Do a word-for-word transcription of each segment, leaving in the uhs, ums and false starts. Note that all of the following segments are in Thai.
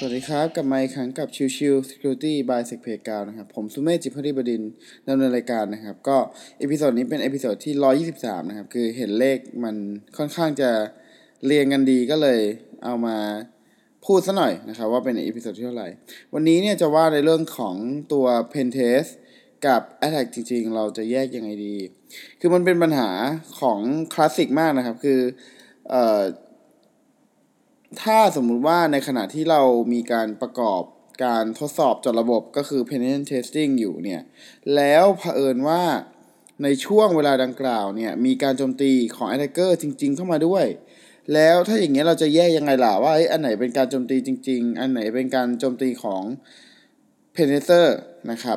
วัสดีครับกลับมาอีกครั้งกับชิวชิว Security by SecPlayground นะครับผมสุเมธ จิตรพัฒนิบดินทร์ดำเนินรายการนะครับก็เอพิโซดนี้เป็นเอพิโซดที่หนึ่งร้อยยี่สิบสามนะครับคือเห็นเลขมันค่อนข้างจะเรียงกันดีก็เลยเอามาพูดซะหน่อยนะครับว่าเป็นเอพิโซดที่เท่าไหร่วันนี้เนี่ยจะว่าในเรื่องของตัว Pen Test กับ Attack จริงๆเราจะแยกยังไงดีคือมันเป็นปัญหาของคลาสสิกมากนะครับคือเอ่อถ้าสมมุติว่าในขณะที่เรามีการประกอบการทดสอบจดระบบก็คือ penetration testing อยู่เนี่ยแล้วเผอิญว่าในช่วงเวลาดังกล่าวเนี่ยมีการโจมตีของ attacker จริงๆเข้ามาด้วยแล้วถ้าอย่างเงี้ยเราจะแยกยังไงล่ะว่าอันไหนเป็นการโจมตีจริงๆอันไหนเป็นการโจมตีของ penetrator นะครับ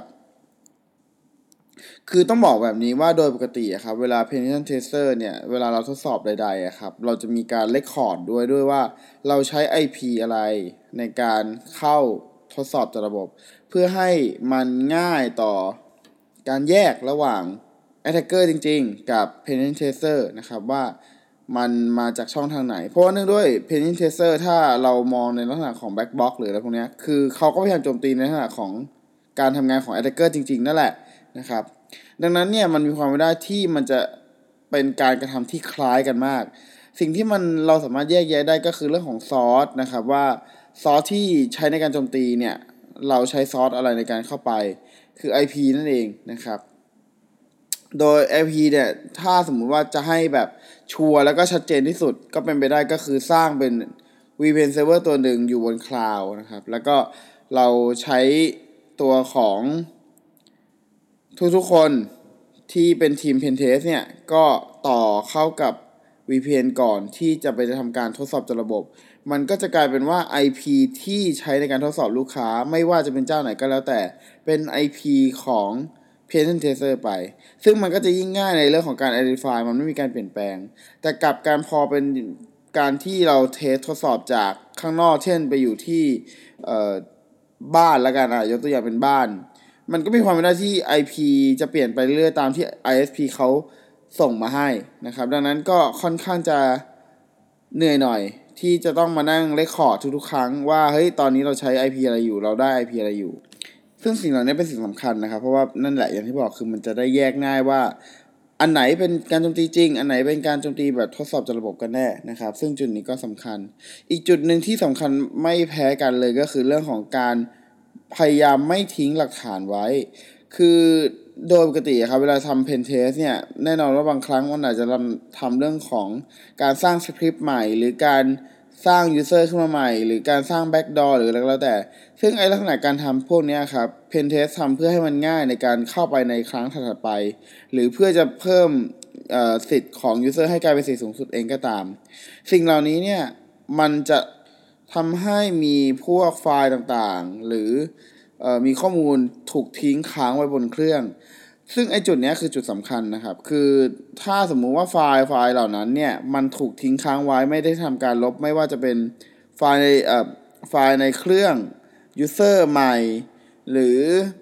คือต้องบอกแบบนี้ว่าโดยปกติครับเวลา penetration tester เนี่ยเวลาเราทดสอบใดๆครับเราจะมีการเรคคอร์ดด้วยด้วยว่าเราใช้ ไอ พี อะไรในการเข้าทดสอบจากระบบเพื่อให้มันง่ายต่อการแยกระหว่าง attacker จริงๆกับ penetration tester นะครับว่ามันมาจากช่องทางไหนเพราะว่าเนื่องด้วย penetration tester ถ้าเรามองในลักษณะของ black box หรืออะไรพวกนี้คือเขาก็พยายามโจมตีในลักษณะของการทำงานของ attacker จริงๆนั่นแหละนะครับดังนั้นเนี่ยมันมีความเป็นได้ที่มันจะเป็นการกระทำที่คล้ายกันมากสิ่งที่มันเราสามารถแยกแยะได้ก็คือเรื่องของซอสนะครับว่าซอสที่ใช้ในการโจมตีเนี่ยเราใช้ซอสอะไรในการเข้าไปคือ ไอ พี นั่นเองนะครับโดย ไอ พี เนี่ยถ้าสมมุติว่าจะให้แบบชัวร์แล้วก็ชัดเจนที่สุดก็เป็นไปได้ก็คือสร้างเป็น วี พี เอ็น Server ตัวหนึ่งอยู่บนคลาวด์นะครับแล้วก็เราใช้ตัวของทุกๆคนที่เป็นทีม Pentest เนี่ยก็ต่อเข้ากับ วี พี เอ็น ก่อนที่จะไปทำการทดสอบจากระบบมันก็จะกลายเป็นว่า ไอ พี ที่ใช้ในการทดสอบลูกค้าไม่ว่าจะเป็นเจ้าไหนก็แล้วแต่เป็น ไอ พี ของ Penetration Tester ไปซึ่งมันก็จะยิ่งง่ายในเรื่องของการ Identify มันไม่มีการเปลี่ยนแปลงแต่กลับการพอเป็นการที่เราเทสทดสอบจากข้างนอกเช่นไปอยู่ที่บ้านละกันอ่ะยกตัวอย่างเป็นบ้านมันก็มีความเป็นได้ที่ ไอ พี จะเปลี่ยนไปเรื่อยๆตามที่ ไอ เอส พี เขาส่งมาให้นะครับดังนั้นก็ค่อนข้างจะเหนื่อยหน่อยที่จะต้องมานั่งเรคคอร์ดทุกๆครั้งว่าเฮ้ยตอนนี้เราใช้ ไอ พี อะไรอยู่เราได้ ไอ พี อะไรอยู่ซึ่งสิ่งเหล่านี้เป็นสิ่งสำคัญนะครับเพราะว่านั่นแหละอย่างที่บอกคือมันจะได้แยกง่ายว่าอันไหนเป็นการโจมตีจริงอันไหนเป็นการโจมตีแบบทดสอบจากระบบกันแน่นะครับซึ่งจุดนี้ก็สำคัญอีกจุดหนึ่งที่สำคัญไม่แพ้กันเลยก็คือเรื่องของการพยายามไม่ทิ้งหลักฐานไว้คือโดยปกติครับเวลาทำ Pen Test เนี่ยแน่นอนว่าบางครั้งมันอาจจะทำเรื่องของการสร้างสคริปต์ใหม่หรือการสร้าง user ขึ้นมาใหม่หรือการสร้าง backdoor หรืออะไรก็แล้วแต่ซึ่งไอ้ลักษณะการทำพวกนี้ครับ Pen Test ทำเพื่อให้มันง่ายในการเข้าไปในครั้งถัดไปหรือเพื่อจะเพิ่มสิทธิ์ของ user ให้กลายเป็นสิทธิ์สูงสุดเองก็ตามสิ่งเหล่านี้เนี่ยมันจะทำให้มีพวกไฟล์ต่างๆหรือมีข้อมูลถูกทิ้งค้างไว้บนเครื่องซึ่งไอ้จุดนี้คือจุดสำคัญนะครับคือถ้าสมมุติว่าไฟล์ไฟล์เหล่านั้นเนี่ยมันถูกทิ้งค้างไว้ไม่ได้ทำการลบไม่ว่าจะเป็นไฟล์ในเอ่อไฟล์ในเครื่อง user ใหม่หรือ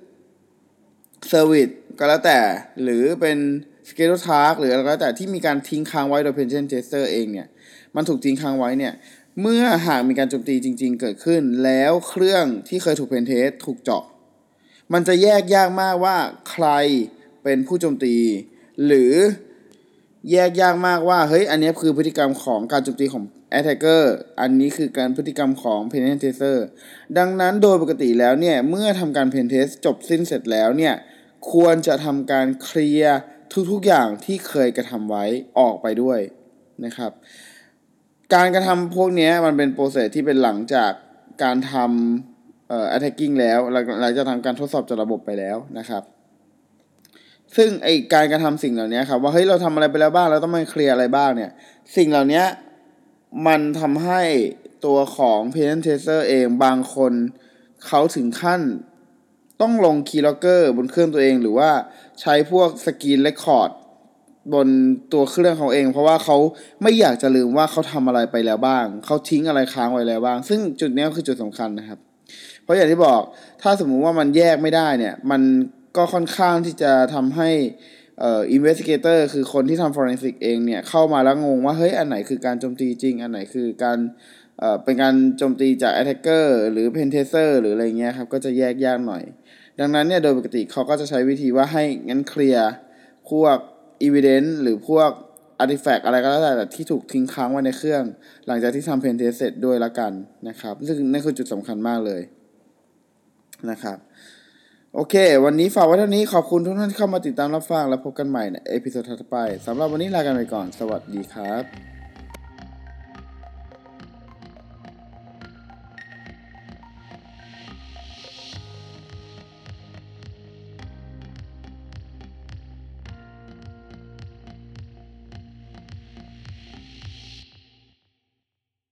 service ก็แล้วแต่หรือเป็น schedule task หรืออะไรก็แล้วแต่ที่มีการทิ้งค้างไว้โดย penetration tester เองเนี่ยมันถูกทิ้งค้างไว้เนี่ยเมื่อหากมีการโจมตีจริงๆเกิดขึ้นแล้วเครื่องที่เคยถูก pen test ถูกเจาะมันจะแยกยากมากว่าใครเป็นผู้โจมตีหรือแยกยากมากว่าเฮ้ยอันนี้คือพฤติกรรมของการโจมตีของ attacker อันนี้คือการพฤติกรรมของ penetration tester ดังนั้นโดยปกติแล้วเนี่ยเมื่อทำการ pen test จบสิ้นเสร็จแล้วเนี่ยควรจะทำการเคลียร์ทุกๆอย่างที่เคยกระทำไว้ออกไปด้วยนะครับการกระทำพวกนี้มันเป็นโปรเซสที่เป็นหลังจากการทำเอ่อ attacking แล้วหลังจากทำการทดสอบจากระบบไปแล้วนะครับซึ่งไอการกระทำสิ่งเหล่านี้ครับว่าเฮ้ยเราทำอะไรไปแล้วบ้างเราต้องมาเคลียร์อะไรบ้างเนี่ยสิ่งเหล่านี้มันทำให้ตัวของ penetration tester เองบางคนเขาถึงขั้นต้องลง keylogger บนเครื่องตัวเองหรือว่าใช้พวกสกรีนเรคคอร์ดบนตัวเครื่องเขาเองเพราะว่าเขาไม่อยากจะลืมว่าเขาทำอะไรไปแล้วบ้างเขาทิ้งอะไรค้างไว้แล้วบ้างซึ่งจุดนี้คือจุดสำคัญนะครับเพราะอย่างที่บอกถ้าสมมุติว่ามันแยกไม่ได้เนี่ยมันก็ค่อนข้างที่จะทำให้เอ่อ investigator คือคนที่ทำ forensic เองเนี่ยเข้ามาแล้วงงว่าเฮ้ยอันไหนคือการโจมตีจริงอันไหนคือการเอ่อเป็นการโจมตีจาก attacker หรือ pen tester หรืออะไรเงี้ยครับก็จะแยกยากหน่อยดังนั้นเนี่ยโดยปกติเขาก็จะใช้วิธีว่าให้งั้นเคลียร์พวก evidence หรือพวก artifact อะไรก็แล้วแต่ที่ถูกทิ้งค้างไว้ในเครื่องหลังจากที่ทำ pen test เสร็จด้วยละกันนะครับซึ่งนั่นคือจุดสำคัญมากเลยนะครับโอเควันนี้ฝากไว้เท่านี้ขอบคุณทุกท่านที่เข้ามาติดตามรับฟังและพบกันใหม่ในเอพิโซดถัดไปสำหรับวันนี้ลากันไปก่อนสวัสดีครับ